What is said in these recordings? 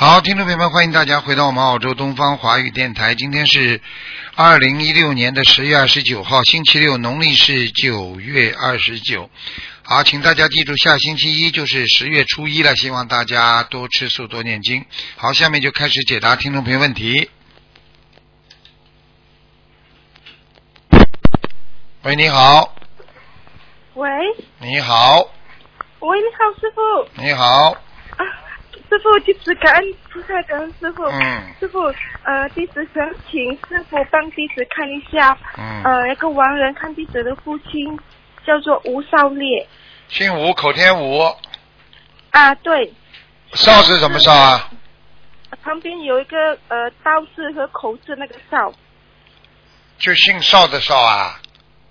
好，听众朋友们，欢迎大家回到我们澳洲东方华语电台。今天是2016年的10月29号，星期六，农历是9月29。好，请大家记住，下星期一就是10月初一了，希望大家多吃素，多念经。好，下面就开始解答听众朋友问题。喂，你好。 喂。 你好。 喂，你好，师傅。 你好。 师傅，弟子感恩菩萨，感恩师傅。师傅，弟子想请师傅帮弟子看一下，一个亡人，看弟子的父亲叫做吴少烈。 姓吴，口天吴。 啊，对。 少是什么少啊？ 旁边有一个刀字和口字那个少。 就姓邵的邵啊？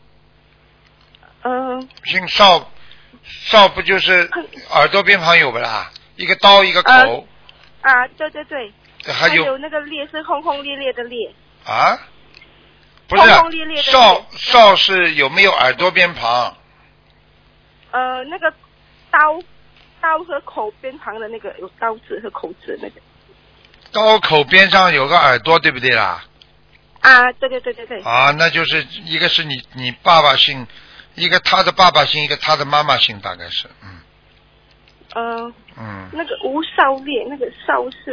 姓邵，邵不就是耳朵边旁有不啦？一个刀一个口。 对对对。 还有那个烈是轰轰烈烈的烈。 啊？不是， 轰轰烈烈的烈。 邵是有没有耳朵边旁？ 那个刀和口边旁的那个有刀字和口字那个。 刀口边上有个耳朵，对不对啦？ 对对对对对。 那就是一个是你爸爸姓，一个他的爸爸姓，一个他的妈妈姓，大概是那个吴少烈，那个少是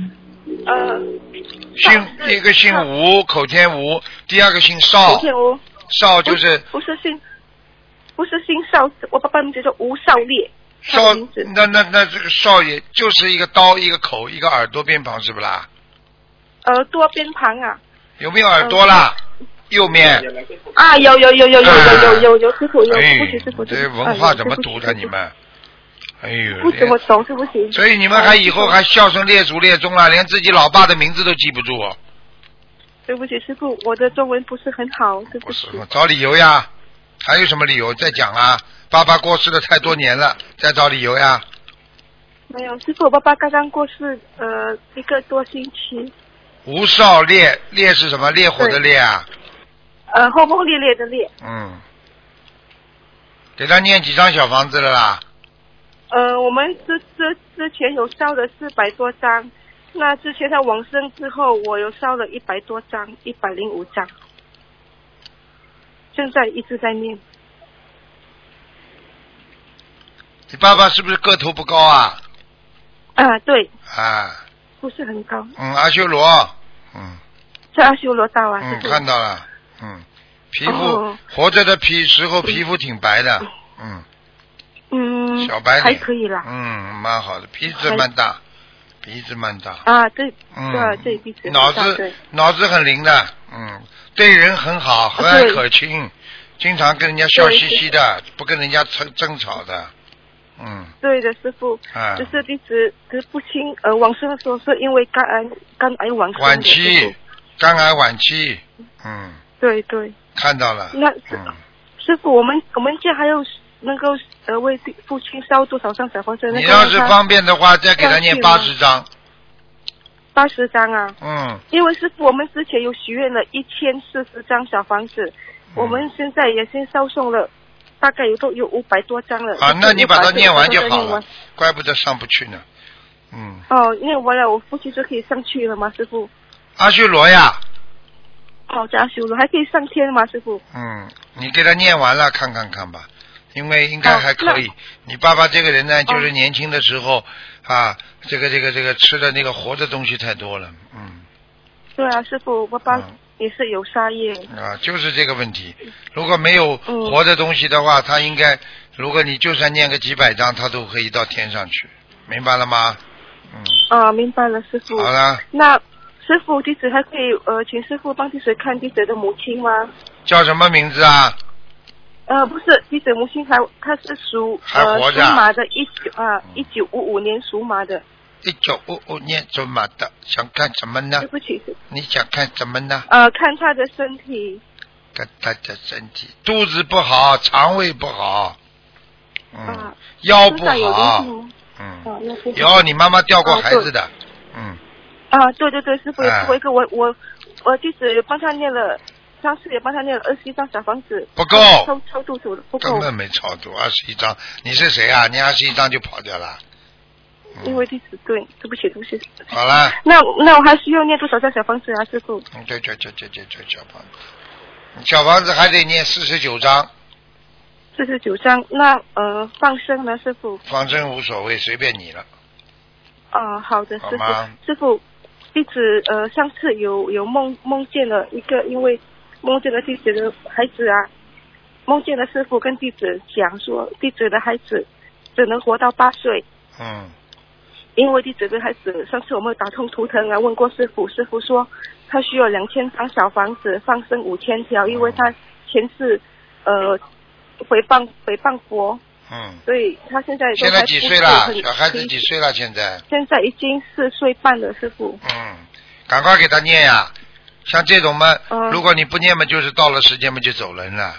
一个姓吴，口天吴，第二个姓邵。 口天吴。 邵就是不是姓邵，我爸爸名字叫吴少烈。 邵，那这个邵也就是一个刀，一个口，一个耳朵边旁，是不啦？ 耳朵边旁啊。有没有耳朵啦？右面。 有，师傅有，师傅。 这文化怎么读的你们？哎呦， 不怎么懂，是不行。 所以你们以后还孝顺列祖列宗了，连自己老爸的名字都记不住。 对不起，师傅，我的中文不是很好，对不起。 找理由呀？还有什么理由？再讲啊！爸爸过世了太多年了，再找理由呀？ 没有，师傅，我爸爸刚刚过世1个多星期。 吴少烈，烈是什么？烈火的烈啊？ 轰轰烈烈的烈。 给他念几张小房子了啦？ 我们之前有烧了400多张，那之前他往生之后，我有烧了100多张，105张，现在一直在念。 你爸爸是不是个头不高啊？ 对。不是很高。 阿修罗。 是阿修罗道啊。 看到了。皮肤活着的时候皮肤挺白的。小白脸还可以啦。 蛮好的，鼻子蛮大。 对。对，鼻子。 脑子很灵的。对人很好，和蔼可亲，经常跟人家笑嘻嘻的，不跟人家争吵的。 对的，师傅。就是弟子的父亲往生的时候是因为肝癌往生的。 晚期，肝癌晚期。 对对。 看到了。 那师傅，我们家还有能够为父亲烧多少张小房子？ 你要是方便的话，再给他念80张。 80张啊。因为师傅，我们之前有许愿了1040张小房子，我们现在也先烧送了，大概有500多张了。 那你把它念完就好了，怪不得上不去呢。 念完了，我父亲就可以上去了吗，师傅？ 阿修罗呀。 在阿修罗还可以上天吗，师傅？ 你给他念完了看看吧，因为应该还可以。你爸爸这个人呢，就是年轻的时候这个吃的那个活的东西太多了。 对啊，师傅，爸爸也是有杀业。 就是这个问题。如果没有活的东西的话，他应该，如果你就算念个几百张，他都可以到天上去，明白了吗？ 明白了，师傅。 好了。 那师傅，弟子还可以请师傅帮弟子看弟子的母亲吗？ 叫什么名字啊？ 不是，弟子母亲她是属马的，1955年属马的。 1955年属马的，想看什么呢？ 对不起， 你想看什么呢？ 看她的身体。 看她的身体，肚子不好，肠胃不好，腰不好。有你妈妈掉过孩子的。 对对对，师傅也做一个，我弟子帮他念了，上次也帮他念了21张小房子， 不够， 超度走了，不够， 根本没超度21张。你是谁啊？你21张就跑掉了？ 因为弟子对不起。 好了。 那我还需要念多少张小房子啊，师傅？ 对，小房子还得念49章。 49章，那放生呢，师傅？ 放生无所谓，随便你了。 好的，师傅。 好师傅，弟子上次有梦见了一个，因为梦见了弟子的孩子啊，梦见了师傅跟弟子讲说，弟子的孩子只能活到8岁。因为弟子的孩子，上次我们打通图腾啊，问过师傅，师傅说他需要2000张小房子，放生5000条，因为他前世诽谤佛。所以他现在几岁了？小孩子几岁了？现在已经4岁半了，师傅。 赶快给他念呀！像这种嘛，如果你不念嘛，就是到了时间嘛就走人了。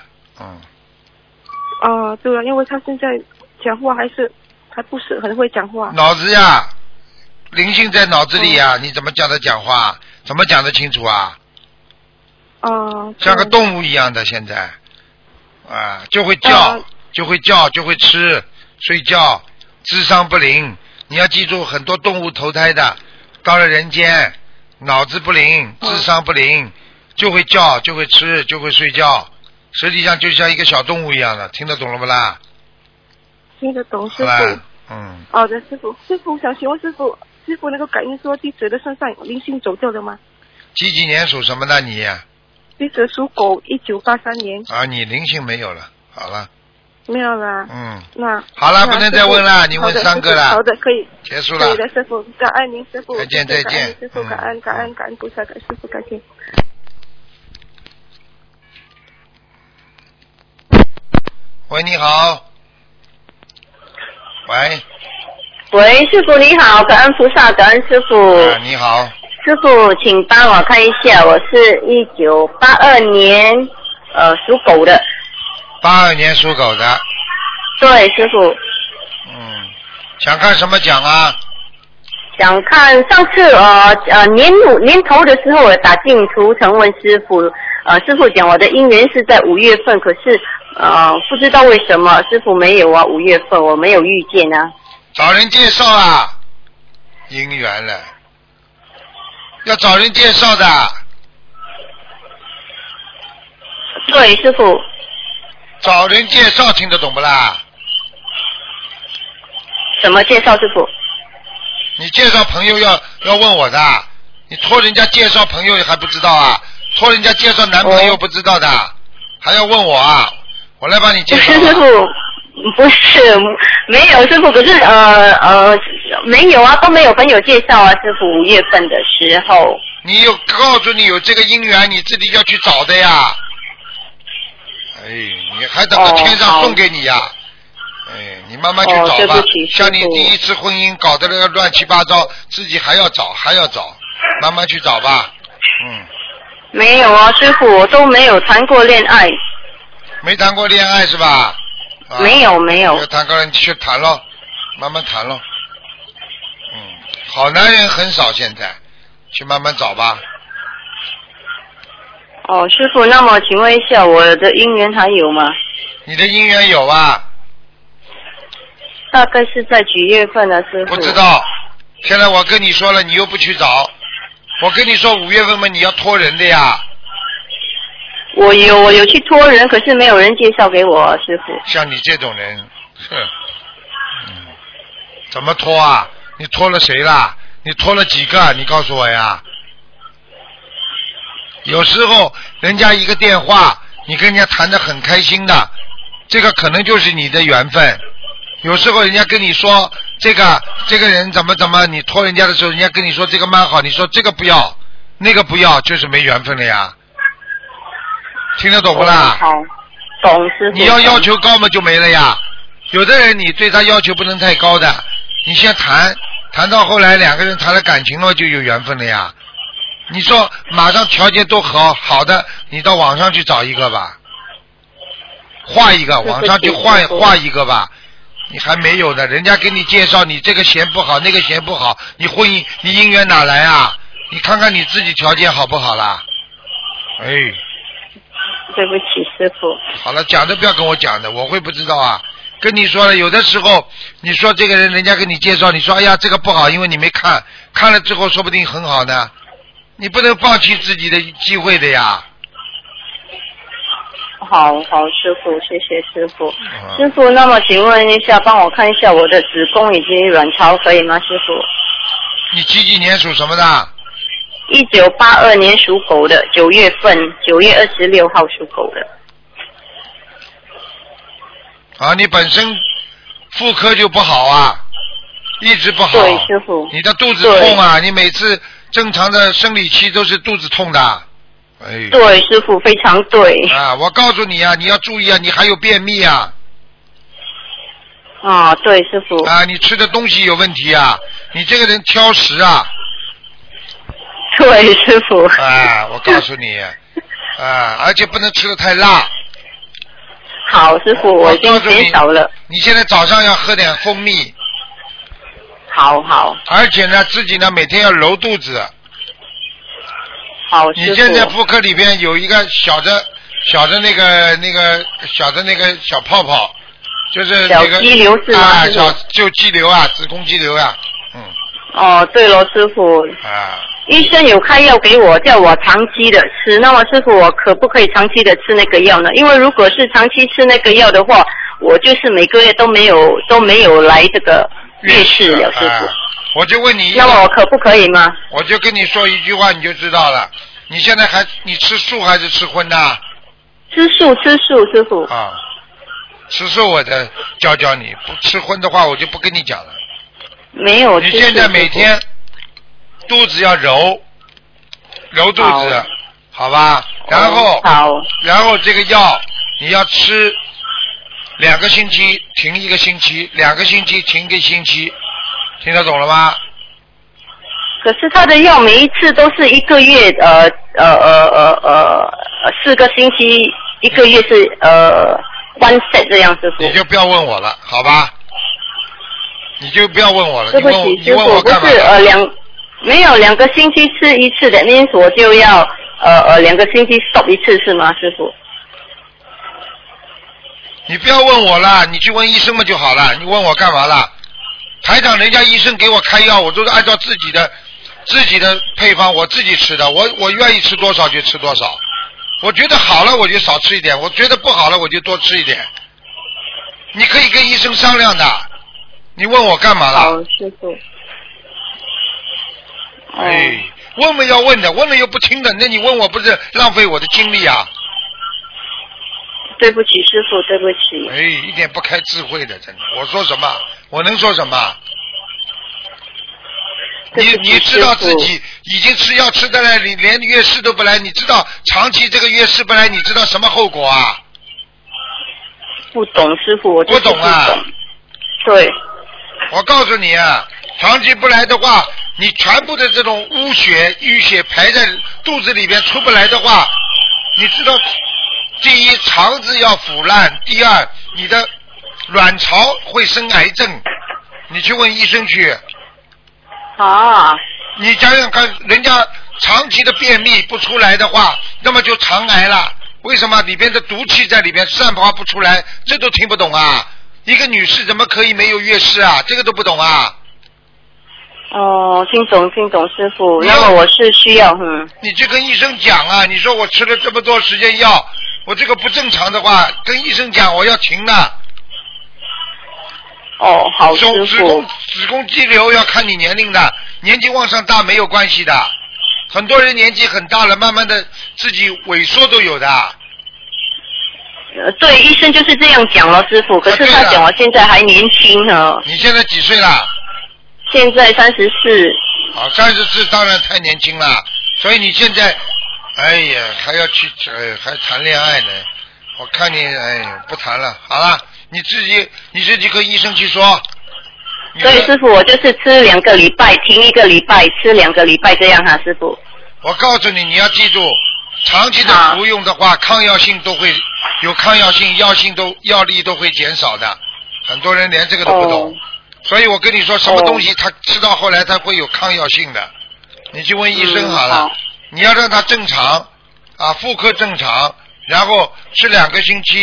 对啊，因为他现在讲话还不是很会讲话。 脑子呀，灵性在脑子里呀，你怎么叫他讲话？怎么讲得清楚啊？像个动物一样的，现在就会叫。就会叫，就会吃，睡觉，智商不灵。你要记住，很多动物投胎的，到了人间，脑子不灵，智商不灵，就会叫，就会吃，就会睡觉。实际上就像一个小动物一样的，听得懂了不啦？ 听得懂，师傅。好的，师傅。师傅想请问师傅能够感应说弟子的身上灵性走掉了吗？ 几年属什么的你？ 弟子属狗，1983年。 你灵性没有了，好了。 没有了。那好了，不能再问了，你问3个了。 好的，可以。 结束了。 可以的，师傅，感恩您，师傅。 再见。 师傅，感恩菩萨，师傅，感谢。 喂，你好。 喂，师傅你好，感恩菩萨，感恩师傅。 你好。 师傅，请帮我看一下，我是1982年属狗的。 82年属狗的。 对，师傅。 想看什么奖啊？ 想看上次年头的时候，我打进图腾问师傅，师傅讲我的姻缘是在5月份，可是不知道为什么师傅没有5月份我没有遇见啊。 找人介绍啊，姻缘了，要找人介绍的。 对，师傅。 找人介绍听得懂不啦？ 什么介绍，师傅？ 你介绍朋友要问我的，你托人家介绍朋友还不知道啊？托人家介绍男朋友不知道的，还要问我啊？我来帮你介绍。 师傅，不是没有师傅，可是没有啊，都没有朋友介绍啊，师傅5月份的时候。 你有告诉你有这个姻缘，你自己要去找的呀。你还等着天上送给你呀？你慢慢去找吧。像你第一次婚姻搞得那个乱七八糟，自己还要找，慢慢去找吧。 没有啊，师傅，我都没有谈过恋爱。 没谈过恋爱是吧？ 没有。 有谈过，你去谈咯，慢慢谈咯。好男人很少，现在去慢慢找吧。 师傅，那么请问一下，我的姻缘还有吗？ 你的姻缘有啊？ 大概是在几月份呢，师傅？ 不知道。现在我跟你说了，你又不去找。我跟你说5月份嘛，你要托人的呀。 我有去托人，可是没有人介绍给我，师傅。 像你这种人，怎么托啊？你托了谁啦？你托了几个？你告诉我呀。有时候人家一个电话，你跟人家谈得很开心的，这个可能就是你的缘分。有时候人家跟你说这个人怎么，你托人家的时候，人家跟你说这个蛮好，你说这个不要，那个不要，就是没缘分了呀。听得懂不啦？ 好，懂师傅。 你要求高嘛就没了呀。有的人你对他要求不能太高的，你先谈到后来2个人谈了感情了，就有缘分了呀。你说马上条件都好的，你到网上去找一个吧，画一个，网上去画一个吧。你还没有的，人家给你介绍，你这个嫌不好，那个嫌不好，你姻缘哪来啊？你看看你自己条件好不好啦？ 对不起，师傅。 好了，讲都不要跟我讲的，我会不知道啊？ 跟你说了，有的时候你说这个人，人家给你介绍，你说哎呀这个不好，因为你没看，看了之后说不定很好呢。你不能放弃自己的机会的呀。 好，师傅，谢谢师傅。师傅，那么请问一下，帮我看一下我的子宫以及卵巢可以吗，师傅？ 你几年属什么的 ？1982年属狗的，9月份，9月26号属狗的。 啊，你本身妇科就不好啊，一直不好。 对，师傅。 你的肚子痛啊，你每次正常的生理期都是肚子痛的。哎。 对，师傅非常对。 啊，我告诉你啊，你要注意啊，你还有便秘啊。 啊，对，师傅。 啊，你吃的东西有问题啊，你这个人挑食啊。 对，师傅。 啊，我告诉你，啊，而且不能吃的太辣。 好，师傅，我已经减少了。 你现在早上要喝点蜂蜜。 好。 而且呢，自己呢每天要揉肚子。 好，师傅。 你现在妇科里边有一个小的那个小泡泡，就是那个小肌瘤是吗？ 啊，就肌瘤啊，子宫肌瘤啊， 哦，对了，师傅。 啊。 医生有开药给我，叫我长期的吃。那么师傅，我可不可以长期的吃那个药呢？因为如果是长期吃那个药的话，我就是每个月都没有来这个月事了，师傅。 我就问你， 那么我可不可以吗？ 我就跟你说一句话，你就知道了。你现在你吃素还是吃荤的？ 吃素，师傅。 啊，吃素我再教你，不吃荤的话我就不跟你讲了。 没有吃素。 你现在每天肚子要揉肚子，好吧？然后这个药你要吃2个星期，停1个星期，2个星期停1个星期，听得懂了吗？ 可是他的药每一次都是1个月4个星期，1个月是1 set 这样，师傅。 你就不要问我了，好吧？你就不要问我了。 对不起， 师傅， 不是没有2个星期吃1次的，那我就要2个星期 stop 1次是吗，师傅？ 你不要问我了，你去问医生嘛就好了。你问我干嘛了？台长，人家医生给我开药，我都是按照自己的配方，我自己吃的。我愿意吃多少就吃多少。我觉得好了我就少吃一点，我觉得不好了我就多吃一点。你可以跟医生商量的。你问我干嘛了？ 好，师傅。 哎，问要问的，问了又不听的，那你问我不是浪费我的精力啊？ 对不起，师傅，对不起。 哎，一点不开智慧的，真的。我说什么？我能说什么？你知道自己已经吃药吃的来，你连月事都不来，你知道长期这个月事不来，你知道什么后果啊？ 不懂，师傅，我就是不懂啊。对。 我告诉你啊，长期不来的话，你全部的这种淤血排在肚子里边出不来的话，你知道，第一肠子要腐烂，第二你的卵巢会生癌症，你去问医生去。 啊。 你想想看，人家长期的便秘不出来的话，那么就肠癌了。为什么？里边的毒气在里边散发不出来，这都听不懂啊？一个女士怎么可以没有月事啊？这个都不懂啊？ 哦，听懂，师傅。那么我是需要你去跟医生讲啊！你说我吃了这么多时间药，我这个不正常的话，跟医生讲我要停的。 哦，好，师傅。 子宫肌瘤要看你年龄的，年纪往上大没有关系的。很多人年纪很大了，慢慢的自己萎缩都有的。 对，医生就是这样讲了，师傅。可是他讲我现在还年轻呢。 你现在几岁了？ 现在34。 好，34当然太年轻了，所以你现在，哎呀，还要去还谈恋爱呢。我看你，哎，不谈了，好了，你自己和医生去说。 所以师傅，我就是吃2个礼拜，停1个礼拜，吃2个礼拜这样哈，师傅。 我告诉你，你要记住，长期的服用的话，抗药性都会有抗药性，药力都会减少的。很多人连这个都不懂，所以我跟你说，什么东西它吃到后来它会有抗药性的，你去问医生好了。你要让它正常啊，妇科正常，然后吃2个星期，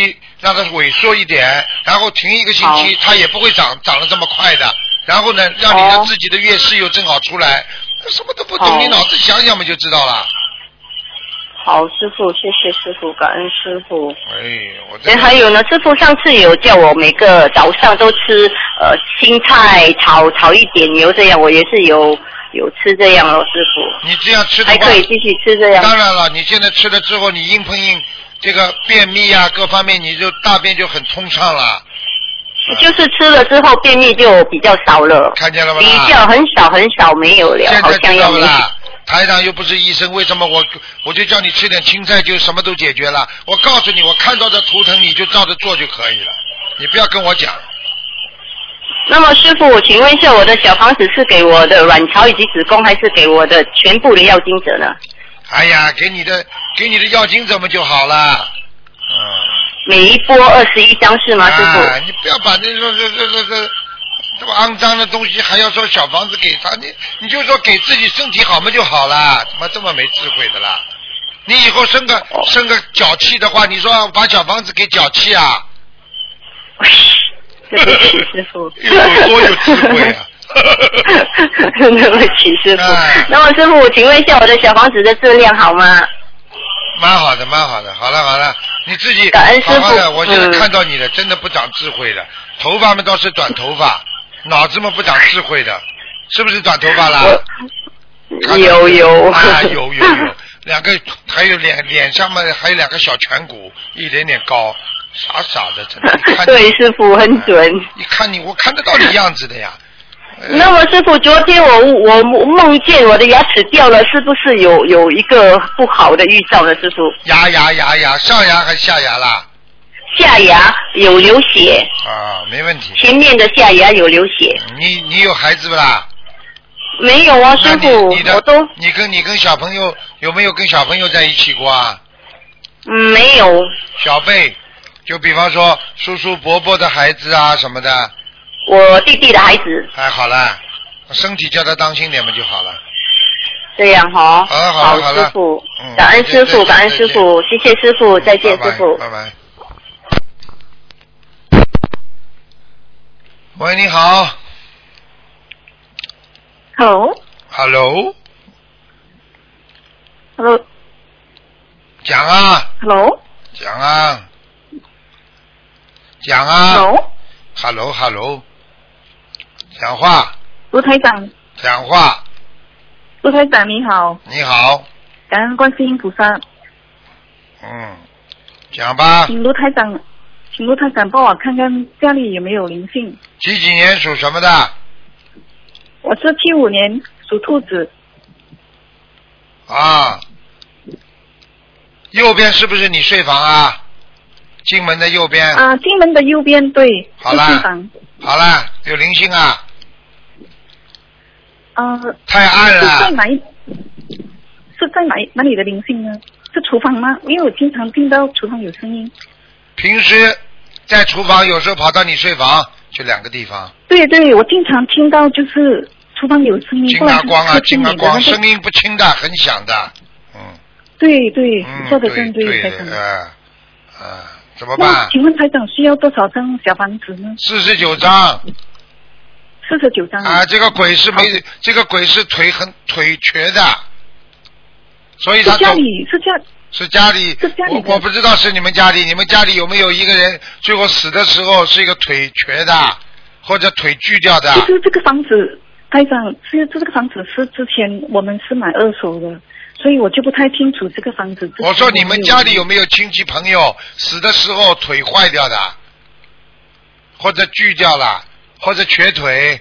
让它萎缩一点，然后停一个星期，它也不会长得这么快的。然后呢，让你的自己的月事又正好出来，什么都不懂，你脑子想想嘛就知道了。 好，师傅，谢谢师傅，感恩师傅。 哎， 还有呢，师傅上次有叫我每个早上都吃青菜炒一点油这样，我也是有吃这样哦，师傅。 你这样吃的话还可以继续吃这样。 当然了，你现在吃了之后，你硬碰硬这个便秘啊各方面，你就大便就很通畅了。 就是吃了之后便秘就比较少了， 看见了吗？ 比较很少没有了，好像要没。 台长又不是医生，为什么我就叫你吃点青菜就什么都解决了？我告诉你，我看到的图腾你就照着做就可以了，你不要跟我讲。 那么师傅，我请问一下，我的小房子是给我的卵巢以及子宫，还是给我的全部的要经者呢？ 哎呀，给你的要经者们就好了。 每一波21张是吗，师傅？ 你不要把那种这么肮脏的东西还要说小房子给他，你就说给自己身体好嘛就好了，怎么这么没智慧的啦？你以后生个脚气的话，你说把小房子给脚气啊？ 对不起师傅， 多有智慧啊！ 对不起师傅。那么师傅，请问一下我的小房子的质量好吗？ 蛮好的，好了，你自己感恩师好好的。我现在看到你了，真的不长智慧的，头发嘛倒是短头发，脑子嘛不长智慧的，是不是短头发啦？ 有啊，有，两个还有脸上嘛还有两个小颧骨，一点点高，傻的，真的。 对，师傅很准。 我看得到你样子的呀。 那么师傅，昨天我梦见我的牙齿掉了，是不是有一个不好的预兆呢？师傅？ 牙，上牙还是下牙啦？ 下牙有流血。 啊，没问题。 前面的下牙有流血。 你有孩子不啦？ 没有啊，师傅，我都。 你跟小朋友有没有跟小朋友在一起过啊？ 没有。 小辈，就比方说叔叔伯伯的孩子啊什么的。 我弟弟的孩子。 哎，好了，身体叫他当心点嘛就好了。 这样哈。 好了， 师傅，感恩师傅，感恩师傅，谢谢师傅，再见，师傅， 拜拜。喂，你好。Hello。讲啊。 Hello。 讲啊。Hello。讲话。 卢台长。 讲话。 卢台长你好。 你好。 感恩观世音菩萨。 讲吧。 请卢台长帮我看看家里有没有灵性。 几年属什么的？ 我是75年属兔子。 啊。右边是不是你睡房啊？进门的右边。 啊，进门的右边，对。 好了，有灵性啊。太暗了。 是在哪里的灵性呢？是厨房吗？因为我经常听到厨房有声音。 平时在厨房，有时候跑到你睡房，就两个地方。 对，我经常听到就是厨房有声音。 金耳光，声音不轻的，很响的。 对，说的真对，台长。 怎么办？ 请问台长需要多少张小房子呢 ？49张。 49张啊！这个鬼是腿瘸的，所以他是家里，我不知道是你们家里有没有一个人最后死的时候是一个腿瘸的，或者腿锯掉的。 就是这个房子，台长，这个房子是之前我们是买2手的。所以我就不太清楚这个房子。 我说你们家里有没有亲戚朋友死的时候腿坏掉的，或者锯掉了，或者瘸腿？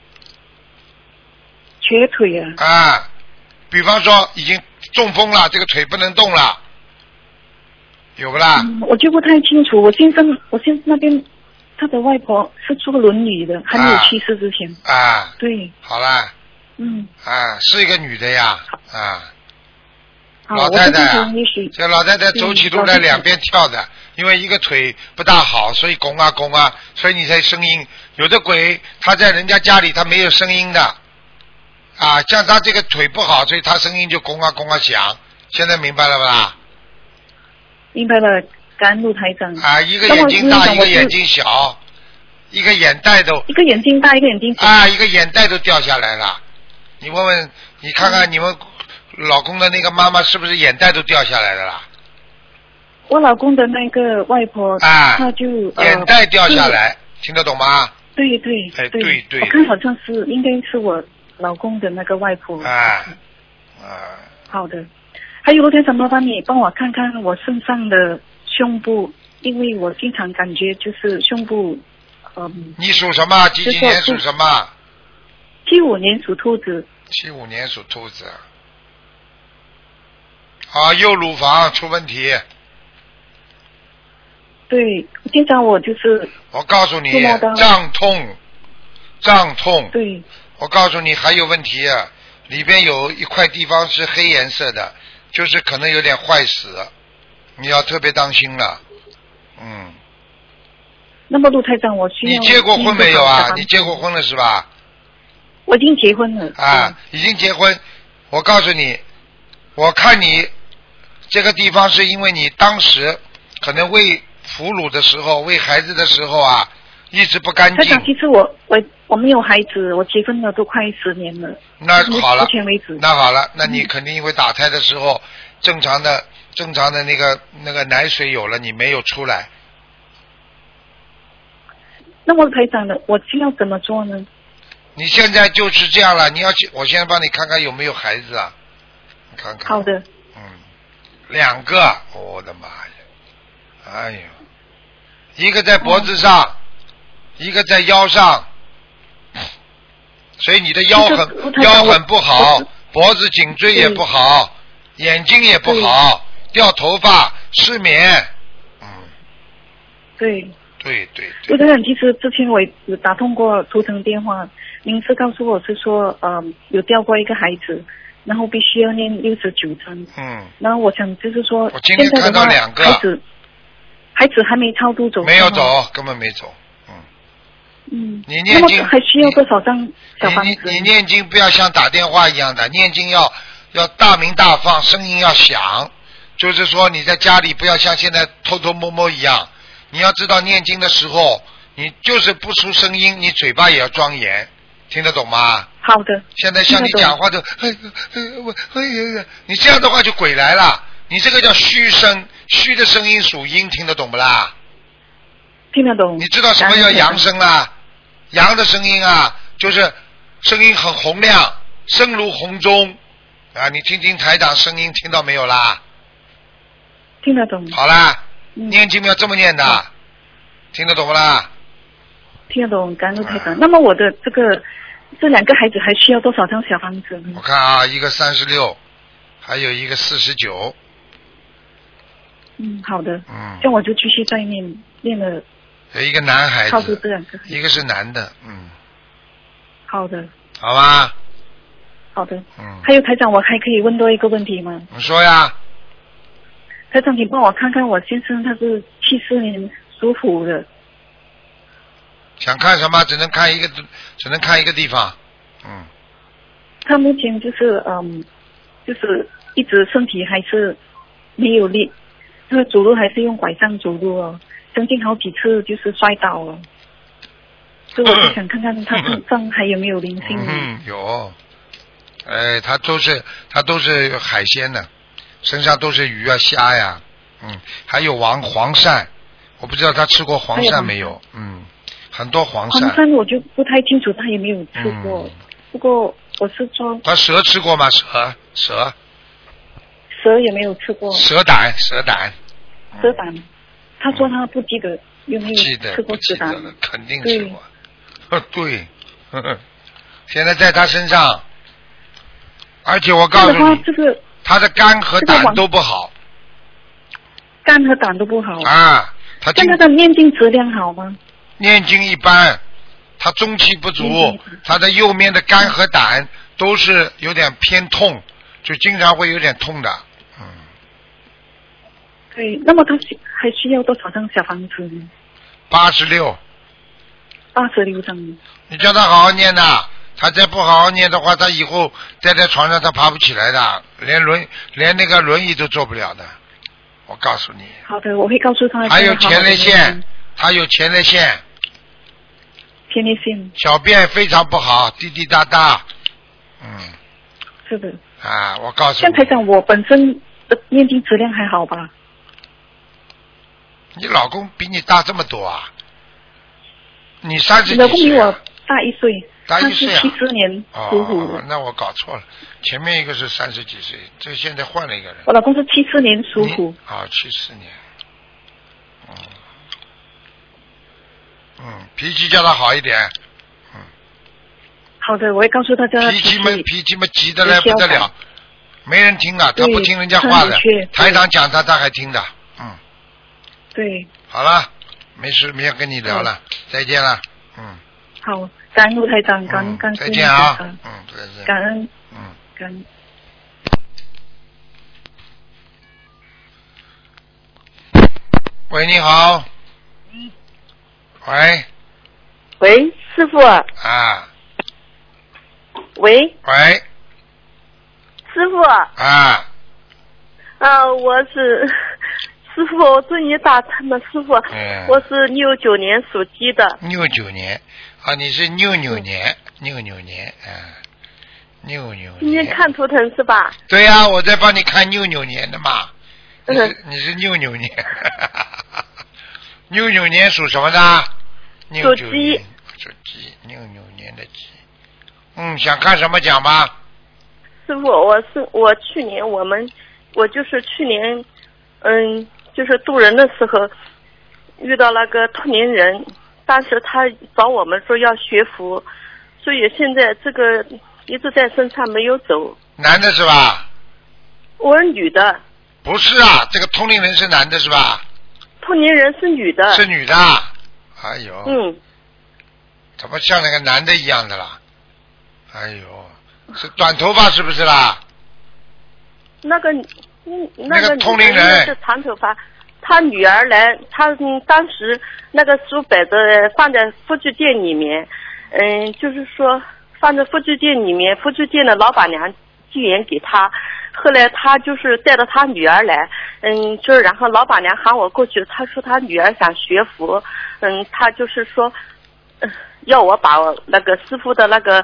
瘸腿啊？ 啊，比方说已经中风了，这个腿不能动了，有不啦？ 我就不太清楚。我先生那边他的外婆是坐轮椅的，还没有去世之前。 啊。 对。 好啦。是一个女的呀。老太太啊，这老太太走起路来两边跳的，因为一个腿不大好，所以拱啊，所以你才声音。有的鬼他在人家家里他没有声音的，啊，像他这个腿不好，所以他声音就拱啊响。现在明白了吧？ 明白了， 感恩卢台长。 啊，一个眼睛大，一个眼睛小，一个眼袋都。 一个眼睛大，一个眼睛小。 啊，一个眼袋都掉下来了。你问问，你看看你们老公的那个妈妈是不是眼袋都掉下来的啦？ 我老公的那个外婆， 啊， 她就眼袋掉下来，听得懂吗？ 对对， 哎对对， 我看好像是应该是我老公的那个外婆。 啊。 好的，还有卢台长，麻烦你帮我看看我身上的胸部，因为我经常感觉就是胸部， 你属什么？几年属什么 ？75年属兔子。 75年属兔子。啊，右乳房出问题。 对，经常我就是。 我告诉你，胀痛。 对。 我告诉你还有问题啊，里边有一块地方是黑颜色的，就是可能有点坏死，你要特别当心了。 那么陆台长，我需要。 你结过婚没有啊？你结过婚了是吧？ 我已经结婚了。 啊，已经结婚。我告诉你，我看你这个地方是因为你当时可能喂哺乳的时候，喂孩子的时候啊，一直不干净。 台长，其实我没有孩子，我结婚了都快10年了。 那好了， 目前为止。 那好了，那你肯定因为打胎的时候，正常的那个奶水有了，你没有出来。 那么台长的，我需要怎么做呢？ 你现在就是这样了，我现在帮你看看有没有孩子啊，你看看。 好的。 2个，我的妈呀！哎呦，一个在脖子上，一个在腰上，所以你的腰很不好，脖子颈椎也不好，眼睛也不好，掉头发，失眠。 对。 对。 卢台长，其实之前我有打通过图腾电话，您是告诉我是说，有掉过一个孩子，然后必须要念69章。然后我想就是说， 我今天看到2个孩子还没超度走。 没有走，根本没走。你念经还需要多少张小房子？ 你念经不要像打电话一样的，念经要大鸣大放，声音要响。就是说你在家里不要像现在偷偷摸摸一样。你要知道念经的时候，你就是不出声音，你嘴巴也要庄严，听得懂吗？ 好的。 现在像你讲话都，你这样的话就鬼来了。你这个叫虚声，虚的声音属阴，听得懂不啦？ 听得懂。 你知道什么叫阳声啦？阳的声音啊，就是声音很洪亮，声如洪钟啊！你听听台长声音，听到没有啦？ 听得懂。 好啦。念经要这么念的，听得懂不啦？ 听得懂，感恩台长。那么我的这2个孩子还需要多少张小房子呢？ 我看啊，一个36，还有一个49。 好的。这样我就继续再念了。 有一个男孩子， 超出这2个。 一个是男的。 好的。 好吧。 好的。还有台长，我还可以问多一个问题吗？ 你说呀。 台长，请帮我看看我先生，他是74年属虎的。 想看什么？只能看一个地方。 他目前就是就是一直身体还是没有力，那个走路还是用拐杖走路哦，曾经好几次就是摔倒了，所以我就想看看他身上还有没有灵性。 有，他都是海鲜的。身上都是鱼啊虾呀，还有黄鳝，我不知道他吃过黄鳝没有，很多黄鳝。 黄鳝我就不太清楚他有没有吃过，不过我是说。 他蛇吃过吗？蛇也没有吃过。 蛇胆。 他说他不记得有没有吃过蛇胆。 肯定吃过。对，现在在他身上，而且我告诉你。他的肝和胆都不好。 肝和胆都不好啊！他的念经质量好吗？ 念经一般，他中气不足，他的右面的肝和胆都是有点偏痛，就经常会有点痛的。 对，那么他还需要多少张小房子呢 ？86。 86张。 你叫他好好念呐。他再不好好念的话，他以后待在床上他爬不起来的，连那个轮椅都坐不了的。 我告诉你。 好的，我会告诉他。 还有前列腺，他有前列腺。 前列腺。 小便非常不好，滴滴答答。 是的。 啊，我告诉你。 像台长，我本身的念经质量还好吧？ 你老公比你大这么多啊？你30几岁？ 老公比我大1岁。 大1岁啊？ 他是70年属虎的。 那我搞错了，前面一个是30几岁，这现在换了一个人。 我老公是74年属虎。 74年。脾气叫他好一点。 好的，我会告诉大家。 脾气嘛急得来不得了，没人听的，他不听人家话的，台长讲他还听的。 对。 好了，没事，没有跟你聊了，再见了。 好，感恩卢台长，感恩再见啊。再见。 感恩。感恩。 喂，你好。喂。 喂，师傅。 啊。 喂。 喂。 师傅。 啊。 我是师傅，我终于打通了，师傅。我是69年属鸡的。 69年啊，你是69年，69年，69年。 今天看图腾是吧？ 对呀，我在帮你看69年的嘛。你是69年。69年属什么的？ 属鸡。 属鸡，69年的鸡。想看什么讲吧？ 师傅，我去年我就是去年，就是渡人的时候遇到那个同龄人，当时他找我们说要学佛，所以现在这个一直在身上没有走。 男的是吧？ 我是女的。 不是啊，这个同龄人是男的是吧？ 同龄人是女的。 是女的。哎呦。怎么像那个男的一样的啦？哎呦，是短头发是不是啦？ 那个同龄人是长头发，他女儿来，他当时那个书摆着放在佛具店里面，就是说放在佛具店里面，佛具店的老板娘寄言给他，后来他就是带着他女儿来，就是然后老板娘喊我过去，他说他女儿想学佛，他就是说，要我把那个师傅的那个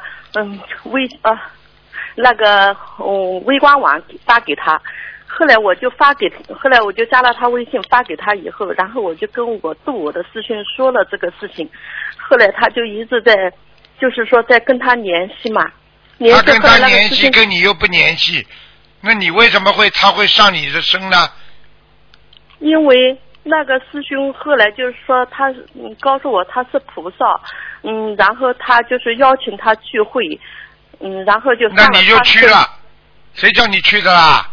微观网发给他，后来我就加了他微信发给他以后，然后我就跟我的师兄说了这个事情，后来他就一直在，就是说在跟他联系嘛。 他跟他联系，跟你又不联系，那你为什么他会上你的身呢？ 因为那个师兄后来就是说他告诉我他是菩萨，然后他就是邀请他聚会，然后就上了。 那你就去了，谁叫你去的啦？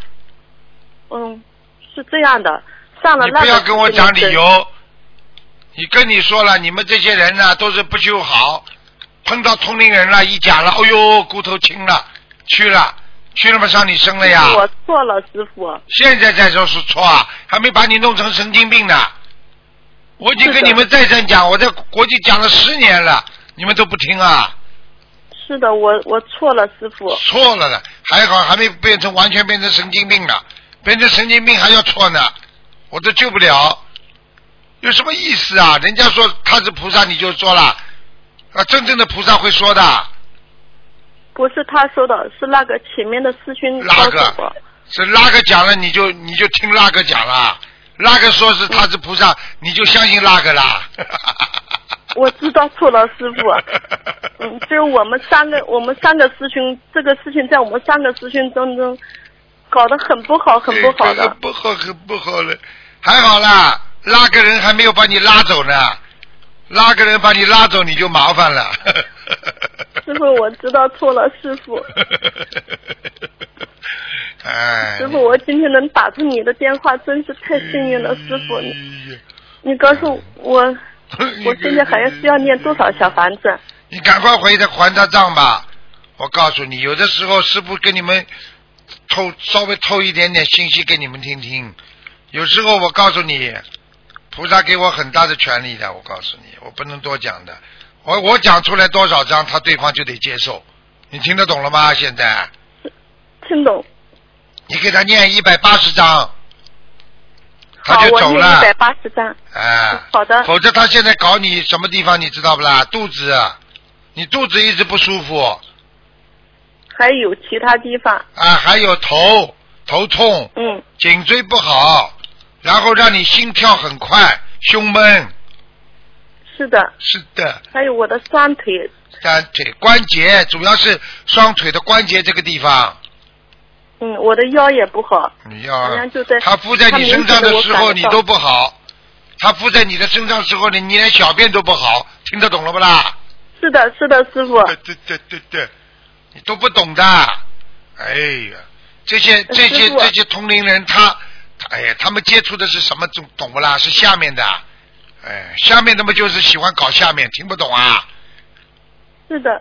是这样的，上了那个。 你不要跟我讲理由，你说了，你们这些人呢都是不修好，碰到同龄人了，一讲了，哎呦骨头轻了，去了嘛上你身了呀。 我错了，师傅。 现在再说是错啊，还没把你弄成神经病呢。我已经跟你们再三讲，我在国际讲了10年了，你们都不听啊。 是的，我错了，师傅。 错了的，还好还没完全变成神经病呢，变成神经病还要错呢，我都救不了，有什么意思啊？人家说他是菩萨，你就说了真正的菩萨会说的。 不是他说的，是那个前面的师兄告诉我。 是那个讲了，你就听那个讲了，那个说是他是菩萨，你就相信那个啦。 我知道错了，师傅。就是我们三个师兄，这个事情在我们3个师兄当中搞得很不好，很不好的。 很不好了，还好啦，那个人还没有把你拉走呢，那个人把你拉走你就麻烦了。 师傅，我知道错了，师傅。师傅，我今天能打通你的电话真是太幸运了，师傅。你告诉我现在还需要念多少小房子？ 你赶快回来还他账吧。我告诉你，有的时候师傅跟你们稍微透一点点信息给你们听听。有时候我告诉你，菩萨给我很大的权利的，我告诉你，我不能多讲的。我讲出来多少章，对方就得接受。你听得懂了吗？现在听懂。 你给他念180章。 他就走了。 好，我念180张。好的。 否则他现在搞你什么地方你知道不啦？肚子，你肚子一直不舒服。 还有其他地方。 还有头痛。颈椎不好，然后让你心跳很快，胸闷。 是的。 是的。 还有我的双腿。 关节，主要是双腿的关节这个地方。 我的腰也不好。 好像就在他附在你身上的时候你都不好，他附在你的身上的时候你连小便都不好，听得懂了不啦？ 是的，师傅。 对，你都不懂的。哎呀，这些同龄人他们接触的是什么懂不啦？是下面的。下面的嘛就是喜欢搞下面，听不懂啊？ 是的，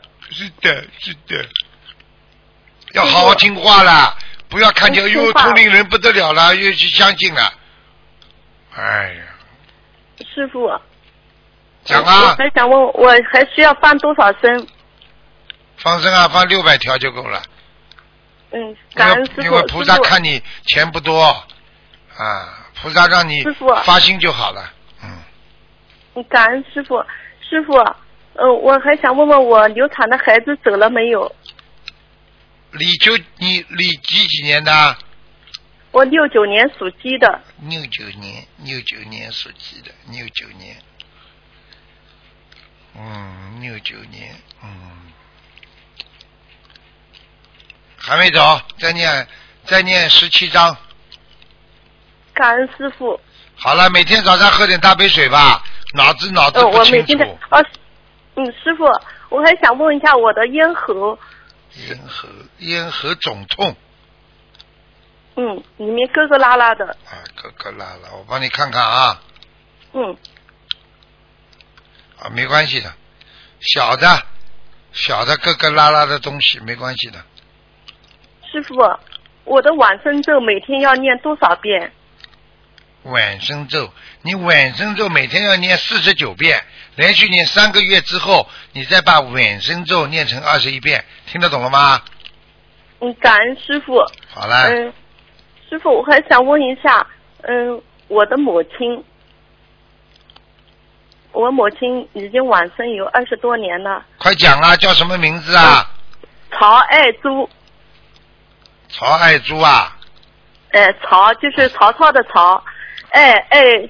要好好听话啦，不要看见同龄人不得了了，又去相信了。哎呀， 师傅， 讲啊！ 我还想问，我还需要放多少声？ 放生啊，放600条就够了。 感恩师傅。 因为菩萨看你钱不多菩萨让你发心就好了。 感恩师傅，我还想问问我流产的孩子走了没有？ 李几年的？ 我69年属鸡的。 69年属鸡的，69年。69年，还没走，再念17章。 感恩师傅。 好了，每天早上喝点大杯水吧，脑子不清楚。 我每天师傅，我还想问一下我的咽喉。咽喉肿痛。 里面咯咯啦啦的。 咯咯啦啦，我帮你看看啊。没关系的，小的咯咯啦啦的东西没关系的。 师傅，我的往生咒每天要念多少遍？ 往生咒，你往生咒每天要念49遍，连续念3个月之后，你再把往生咒念成21遍，听得懂了吗？ 感恩师傅。 好了。 师傅，我还想问一下，我的母亲，我母亲已经往生有20多年了。 快讲啊，叫什么名字啊？ 曹爱珠。 曹爱珠啊？ 曹就是曹操的曹。爱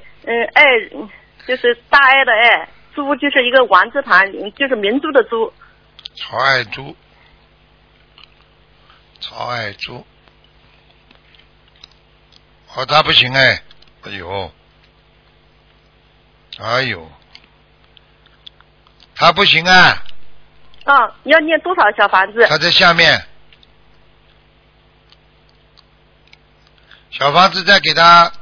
就是大爱的爱，珠就是一个王字旁，就是明珠的珠。 曹爱珠，他不行哎呦，他不行啊。 要念多少小房子？ 他在下面，小房子再给他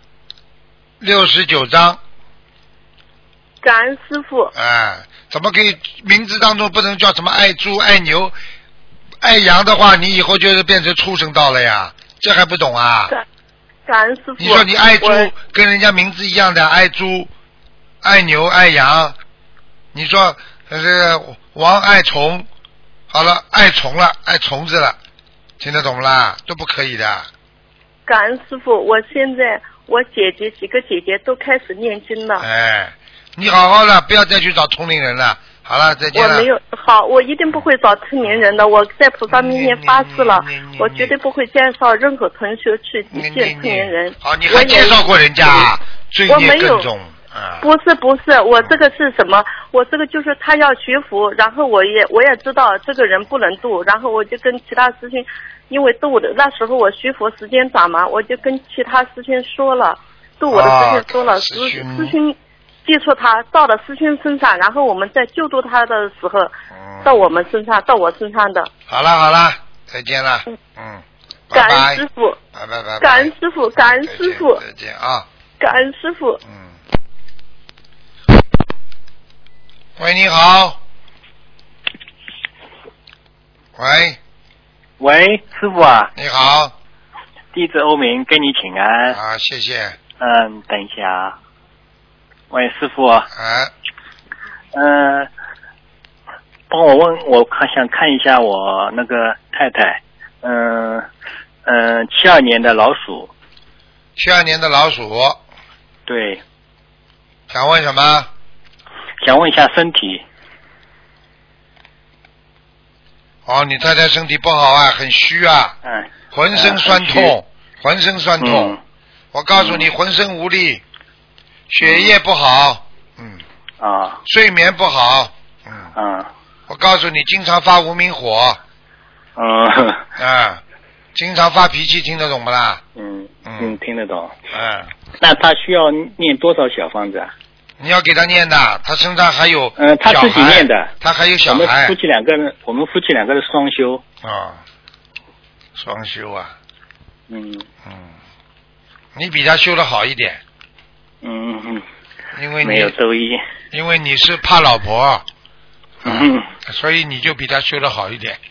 69张。 感恩师傅。 怎么可以名字当中不能叫什么爱猪爱牛爱羊的话，你以后就是变成畜生道了呀，这还不懂啊？ 感恩师傅。 你说你爱猪跟人家名字一样的，爱猪爱牛爱羊，你说王爱虫，好了爱虫了爱虫子了，听得懂啦？都不可以的。 感恩师傅，我现在我几个姐姐都开始念经了。 你好好的，不要再去找同龄人了。好了，再见了。 我没有好，我一定不会找同龄人的。我在菩萨面前发誓了，我绝对不会介绍任何同学去见同龄人。 好，你还介绍过人家，罪孽更重。 不是，我这个是什么？我这个就是他要学佛，然后我也知道这个人不能度，然后我就跟其他师兄，因为度的那时候我学佛时间短嘛，我就跟其他师兄说了，度我的师兄说了，师兄接触他到了师兄身上，然后我们在救度他的时候，到我们身上，到我身上的。 好了，再见了。 感恩师傅。 拜。 感恩师傅，感恩师傅。 再见啊。 感恩师傅。 喂，你好。 喂，师傅啊。 你好。 弟子欧明，给你请安。 谢谢。 等一下啊。喂，师傅。帮我想看一下我那个太太，72年的老鼠。 72年的老鼠。 对。 想问什么？ 想问一下身体。 哦，你太太身体不好啊，很虚啊，浑身酸痛，浑身酸痛。我告诉你，浑身无力，血液不好，睡眠不好，我告诉你，经常发无名火，经常发脾气，听得懂不啦？ 听得懂。那他需要念多少小房子啊？ 你要给他念的，他身上还有他自己念的， 他还有小孩。 我们夫妻两个的双修。 双修啊。你比他修的好一点。因为没有周一。 因为你是怕老婆。所以你就比他修的好一点。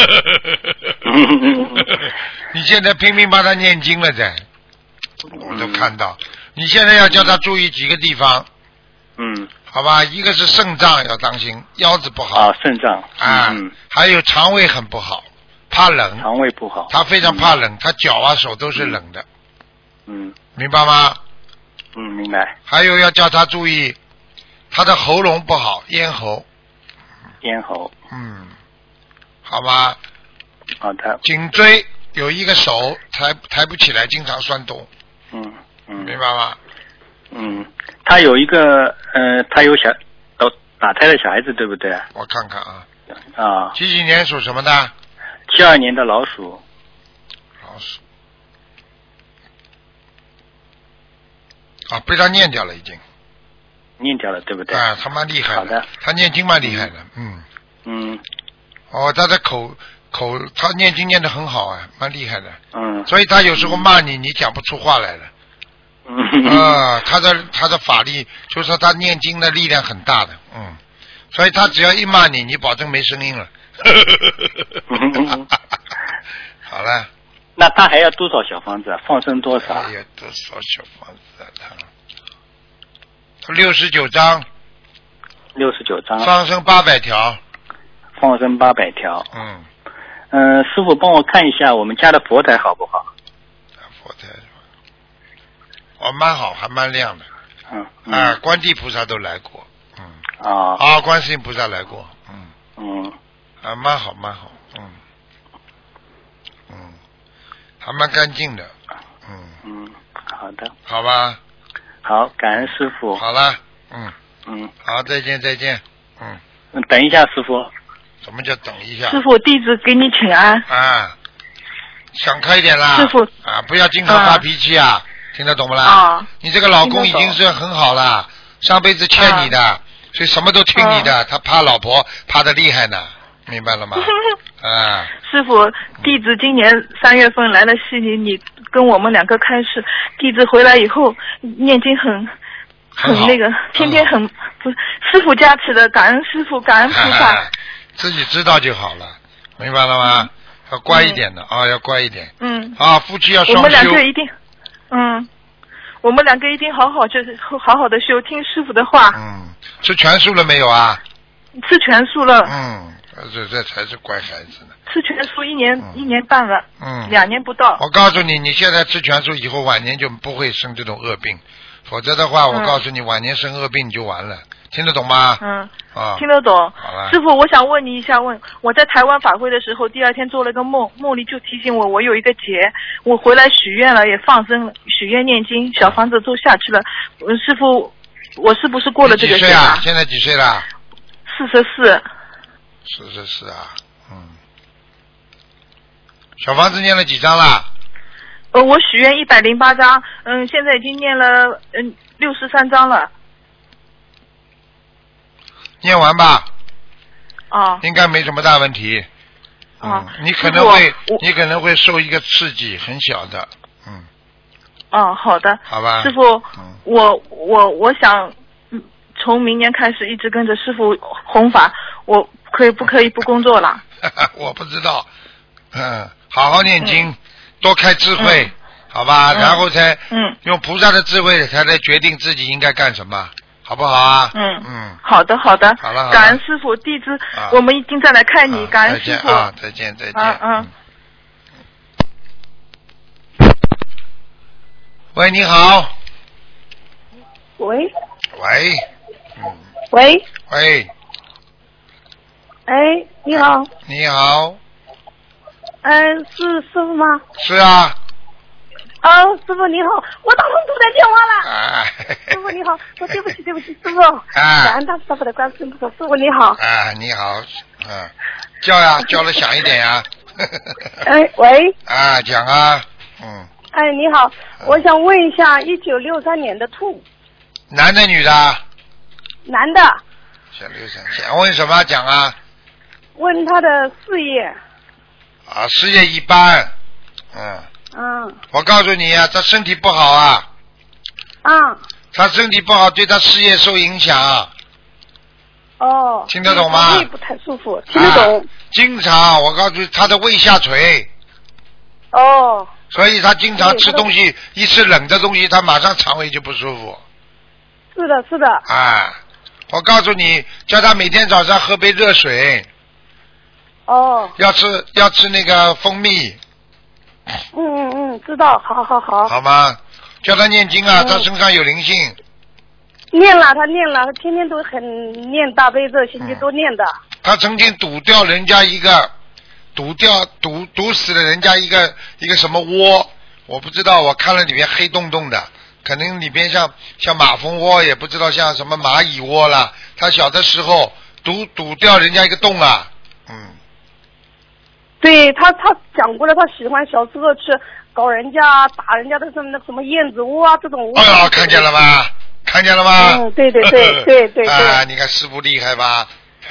你现在拼命帮他念经了在，我都看到。你现在要叫他注意几个地方。好吧，一个是肾脏要当心，腰子不好。 肾脏。 还有肠胃很不好，怕冷。 肠胃不好。 他非常怕冷，他脚啊手都是冷的。明白吗？ 明白。 还有要叫他注意，他的喉咙不好，咽喉。 咽喉。 好吧。 好的。 颈椎有一个手抬不起来，经常酸痛。明白吗？ 他有一个他有打胎的小孩子，对不对？ 我看看啊。几年属什么的 ？72年的老鼠。 被他念掉了已经。 念掉了，对不对？ 他蛮厉害的。 好的。 他念经蛮厉害的。他的口他念经念得很好啊，蛮厉害的。所以他有时候骂你，你讲不出话来了。他的法力，就是说他念经的力量很大的。所以他只要一骂你，你保证没声音了。好了。 那他还要多少小房子啊？放生多少？ 还要多少小房子啊？他69张。 69张。 放生800条。 放生800条。师傅帮我看一下我们家的佛台好不好？ 佛台。蛮好，还蛮亮的。观地菩萨都来过。观世音菩萨来过。蛮好蛮好。还蛮干净的。 好的。 好吧。 好，感恩师傅。 好了。好，再见。 等一下，师傅。 什么叫等一下？ 师傅，弟子给你请安。 想开一点啦。 师傅。 不要经常发脾气啊。听得懂不啦？你这个老公已经是很好了，上辈子欠你的，所以什么都听你的。他怕老婆怕得厉害呢，明白了吗？ 师傅，弟子今年3月份来了悉尼，你跟我们2个开示，弟子回来以后念经很那个，天天很不师傅加持的，感恩师傅，感恩菩萨。 自己知道就好了，明白了吗？要乖一点的要乖一点。夫妻要双修。 我们2个一定。我们2个一定好好的修，听师傅的话。 吃全素了没有啊？ 吃全素了。 这才是乖孩子呢。 吃全素1年半了。2年不到。 我告诉你，你现在吃全素以后，晚年就不会生这种恶病，否则的话，我告诉你，晚年生恶病你就完了。听得懂吗？ 听得懂。 好了。 师傅，我想问你一下，我在台湾法会的时候，第2天做了个梦，梦里就提醒我有一个劫，我回来许愿了，也放生了，许愿念经，小房子都下去了。师傅，我是不是过了这个劫？ 几岁啊？现在几岁了 ？44。 44啊。小房子念了几张了？ 我许愿108张，现在已经念了63张了。 念完吧。应该没什么大问题。你可能会受一个刺激，很小的。 好的。 好吧。 师傅，我想从明年开始一直跟着师傅弘法，我不可以不工作了？ 我不知道。好好念经，多开智慧，好吧？然后才用菩萨的智慧才来决定自己应该干什么。好不好啊？ 好的。好了， 感恩师傅，弟子我们一定再来看你，感恩师傅。 再见。喂，你好。 喂。 喂。 喂。 喂。 哎，你好。 你好。 是师傅吗？ 是啊。 哦，师傅你好，我打通图的电话了。 啊。 师傅你好，对不起，师傅。感恩大师傅的观世音菩萨，师傅你好。 啊，你好，叫呀，叫的响一点呀。 哎，喂。 啊，讲啊， 哎，你好，我想问一下，1963年的兔。 男的女的？ 男的。 想63，想问什么讲啊？ 问他的事业。 啊，事业一般，我告诉你啊，他身体不好啊。他身体不好，对他事业受影响。 哦。 听得懂吗？ 胃不太舒服，听得懂。 经常，我告诉你，他的胃下垂。 哦。 所以他经常吃东西，一吃冷的东西，他马上肠胃就不舒服。 是的。 我告诉你，叫他每天早上喝杯热水。 哦。 要吃那个蜂蜜。 知道，好。 好吗？叫他念经啊，他身上有灵性。 念了，他天天都很念大悲咒，星期都念的。 他曾经堵掉人家一个，堵死了人家一个什么窝，我不知道，我看了里面黑洞洞的，可能里边像马蜂窝，也不知道像什么蚂蚁窝了。他小的时候堵掉人家一个洞啊。 对他讲过了，他喜欢小时候去搞人家、打人家的什么燕子窝啊这种窝。 看见了吗？ 对。 啊，你看师傅厉害吧？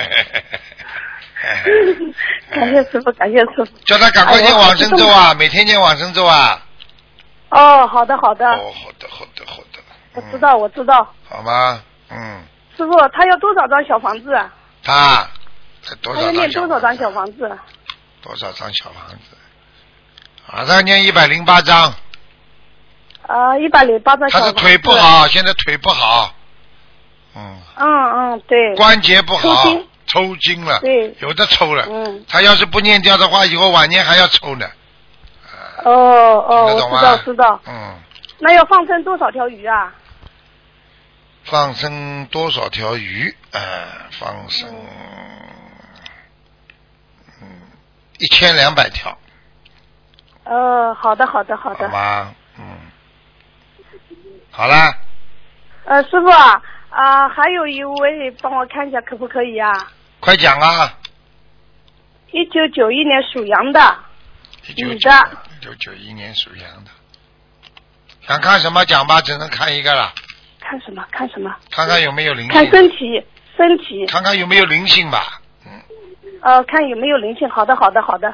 感谢师傅。 叫他赶快念往生咒啊，每天念往生咒啊。 哦，好的。 好的。 我知道。 好吗？ 师傅，他要多少张小房子啊？ 他要念多少张小房子？ 多少张小房子？他要念108张。 108张小房子。 他的腿不好，现在腿不好。 对。 关节不好，抽筋了。 对。 有的抽了。他要是不念掉的话，以后晚年还要抽呢。 我知道。那要放生多少条鱼啊？ 放生多少条鱼？放生1200条。 好的。好吗？好啦。 师傅啊，还有一位帮我看一下可不可以啊？ 快讲啊 ！1991年属羊的女的。 1991年属羊的。想看什么讲吧，只能看一个了。 看什么？ 看看有没有灵性。 看身体。 看看有没有灵性吧。 看有没有灵性。好的。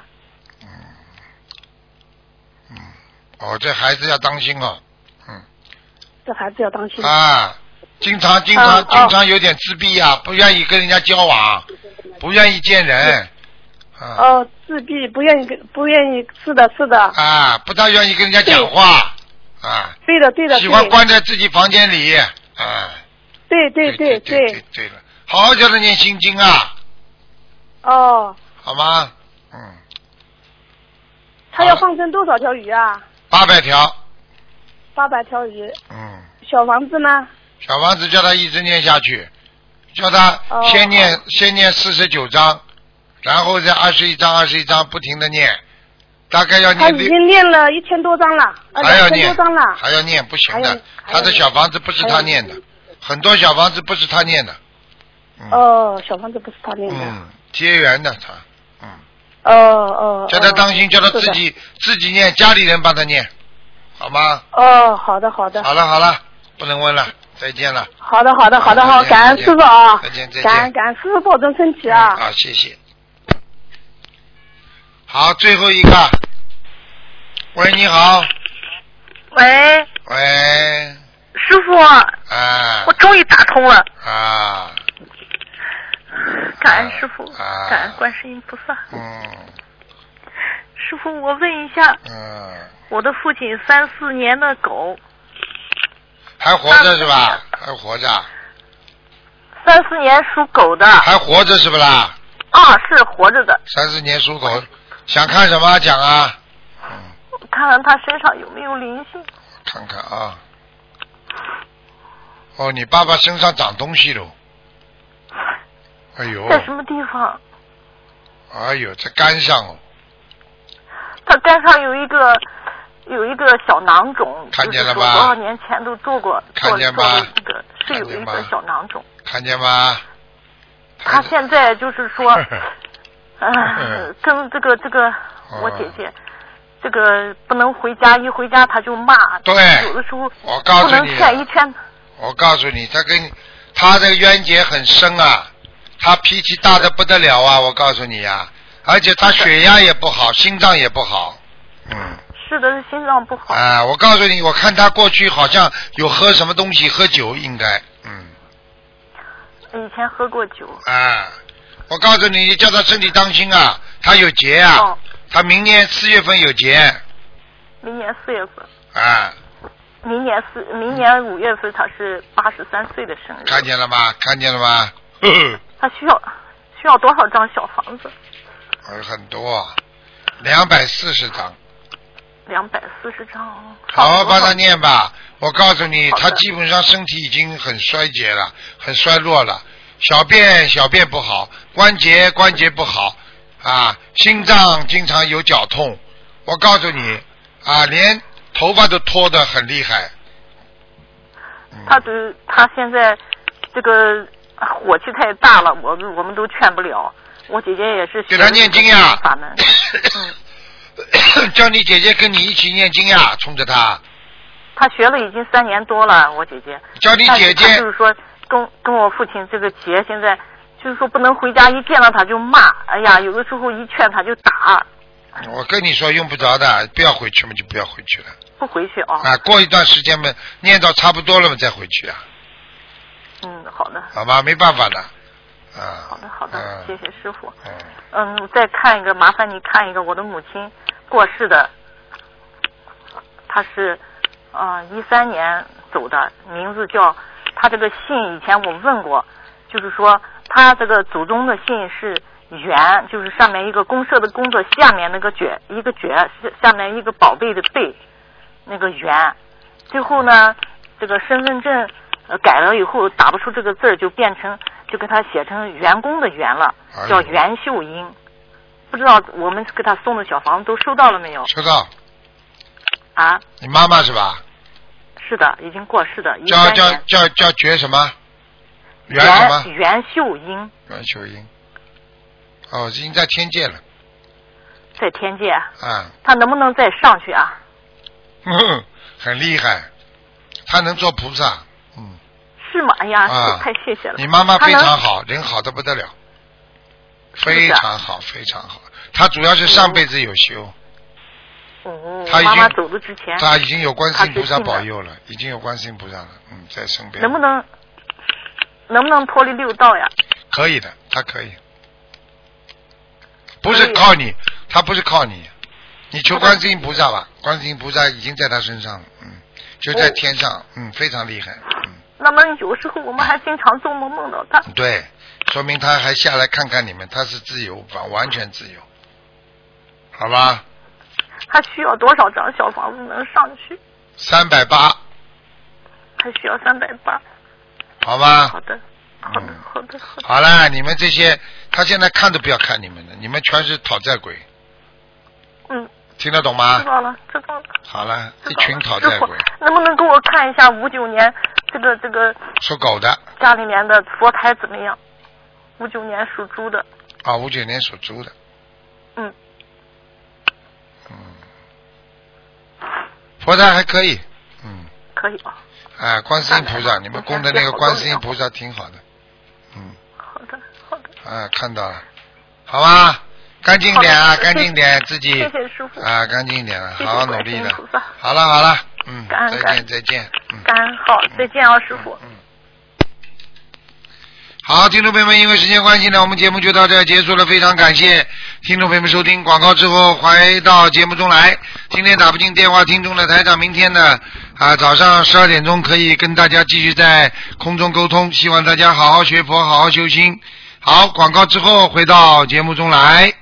这孩子要当心哦。 这孩子要当心。 经常有点自闭啊，不愿意跟人家交往，不愿意见人。 自闭，不愿意，是的。 不大愿意跟人家讲话。 对的。 喜欢关在自己房间里。对了，好好叫他念心经啊。好吗？ 他要放生多少条鱼啊 ？800条。 800条鱼。小房子呢？ 小房子叫他一直念下去，叫他先念49章，然后再21章不停的念，大概要念。 他已经念了1000多章了，2000多章了。 还要念，不行的。他的小房子不是他念的，很多小房子不是他念的。 小房子不是他念的。 结缘的他。叫他当心，叫他自己念，家里人帮他念，好吗？ 好的。好了，不能问了，再见了。 好的，感恩师傅啊！ 再见。 感恩师傅保重身体啊！ 谢谢。好，最后一个。喂，你好。 喂。师傅。我终于打通了。感恩师傅，感恩观世音菩萨。师傅，我问一下，我的父亲34年的狗， 还活着是吧？还活着。 34年属狗的。 还活着是不啦？ 是活着的。 34年属狗，想看什么讲啊？ 看看他身上有没有灵性。 看看啊。 哦，你爸爸身上长东西了。哎呦。 在什么地方？ 哎呦，在肝上哦。 他肝上有一个小囊肿， 看见了吧？ 就是多少年前都做过， 看见吗？ 这个是有一个小囊肿。 看见吗？ 他现在就是说，跟这个我姐姐，这个不能回家，一回家他就骂。 对。 有的时候我告诉你， 不能劝一劝。 我告诉你，他这个冤结很深啊，他脾气大的不得了啊！我告诉你呀，而且他血压也不好，心脏也不好。 是的，是心脏不好。 我告诉你，我看他过去好像有喝什么东西，喝酒应该。 以前喝过酒。 我告诉你，叫他身体当心啊，他有劫啊，他明年4月份有劫。 明年4月份。明年5月份他是83岁的生日。 看见了吗？看见了吗？ 他需要多少张小房子？ 很多，240张。 240张。 好好帮他念吧。我告诉你，他基本上身体已经很衰竭了，很衰弱了，小便不好，关节不好心脏经常有绞痛。我告诉你连头发都脱得很厉害。 他现在这个火气太大了，我们都劝不了。我姐姐也是给他念经呀， 法门。 叫你姐姐跟你一起念经呀，冲着他。 他学了已经3年多了，我姐姐。 叫你姐姐。 就是说跟我父亲这个结，现在就是说不能回家，一见到他就骂，哎呀，有的时候一劝他就打。 我跟你说用不着的，不要回去嘛，就不要回去了。 不回去啊。 过一段时间嘛，念到差不多了嘛，再回去啊。 好的。 好吧，没办法的。 好的，谢谢师傅。再看一个，麻烦你看一个我的母亲过世的，她是13年走的，名字叫，她这个姓以前我问过，就是说她这个祖宗的姓是元，就是上面一个公社的工作，下面那个一个爵，下面一个宝贝的贝，那个元。最后呢，这个身份证改了以后打不出这个字，就变成就给他写成员工的员了，叫袁秀英。不知道我们给他送的小房子都收到了没有？ 收到。你妈妈是吧？ 是的，已经过世的。 叫爵什么？ 袁什么？袁秀英。 袁秀英。已经在天界了。 在天界。他能不能再上去啊？ 很厉害，他能做菩萨。 是吗？哎呀，太谢谢了。 你妈妈非常好，人好得不得了，非常好，非常好。她主要是上辈子有修。 妈妈走的之前， 她已经有观世音菩萨保佑了，已经有观世音菩萨了，在身边。 能不能脱离六道呀？ 可以的，她可以。不是靠你，她不是靠你，你求观世音菩萨吧，观世音菩萨已经在她身上了，就在天上，非常厉害。 那么有时候我们还经常做梦梦到他。 对，说明他还下来看看你们，他是自由，完全自由，好吧？ 他需要多少张小房子能上去 ？380。 还需要380。 好吧。 好的。 好了，你们这些，他现在看都不要看你们的，你们全是讨债鬼。听得懂吗？ 知道了。 好了，一群讨债鬼。 能不能给我看一下59年这个属狗的家里面的佛台怎么样？59年属猪的。 59年属猪的。佛台还可以。 可以吧。 观世音菩萨，你们供的那个观世音菩萨挺好的。 好的。 看到了，好吧，干净点啊，干净点，自己。 谢谢师傅。 干净点了，好好努力的。好了，再见。 感恩，好，再见啊，师傅。 好，听众朋友们，因为时间关系呢，我们节目就到这结束了，非常感谢听众朋友们收听。广告之后回到节目中来。今天打不进电话听众的台长，明天呢早上12点钟可以跟大家继续在空中沟通，希望大家好好学佛，好好修心。好，广告之后回到节目中来。